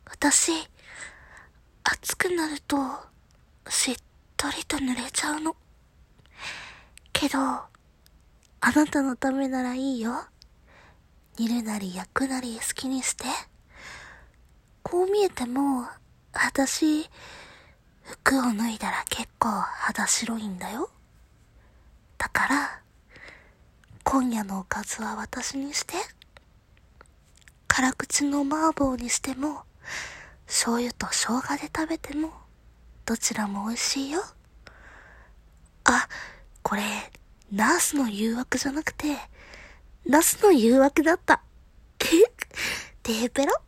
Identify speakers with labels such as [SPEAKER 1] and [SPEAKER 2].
[SPEAKER 1] 私、暑くなると、しっとりと濡れちゃうの。けど、あなたのためならいいよ。煮るなり焼くなり好きにして。こう見えても、私、服を脱いだら結構肌白いんだよ。だから、今夜のおかずは私にして。辛口の麻婆にしても、醤油と生姜で食べても、どちらも美味しいよ。あ、これ、ナースの誘惑じゃなくて、ナスの誘惑だった。テーペロ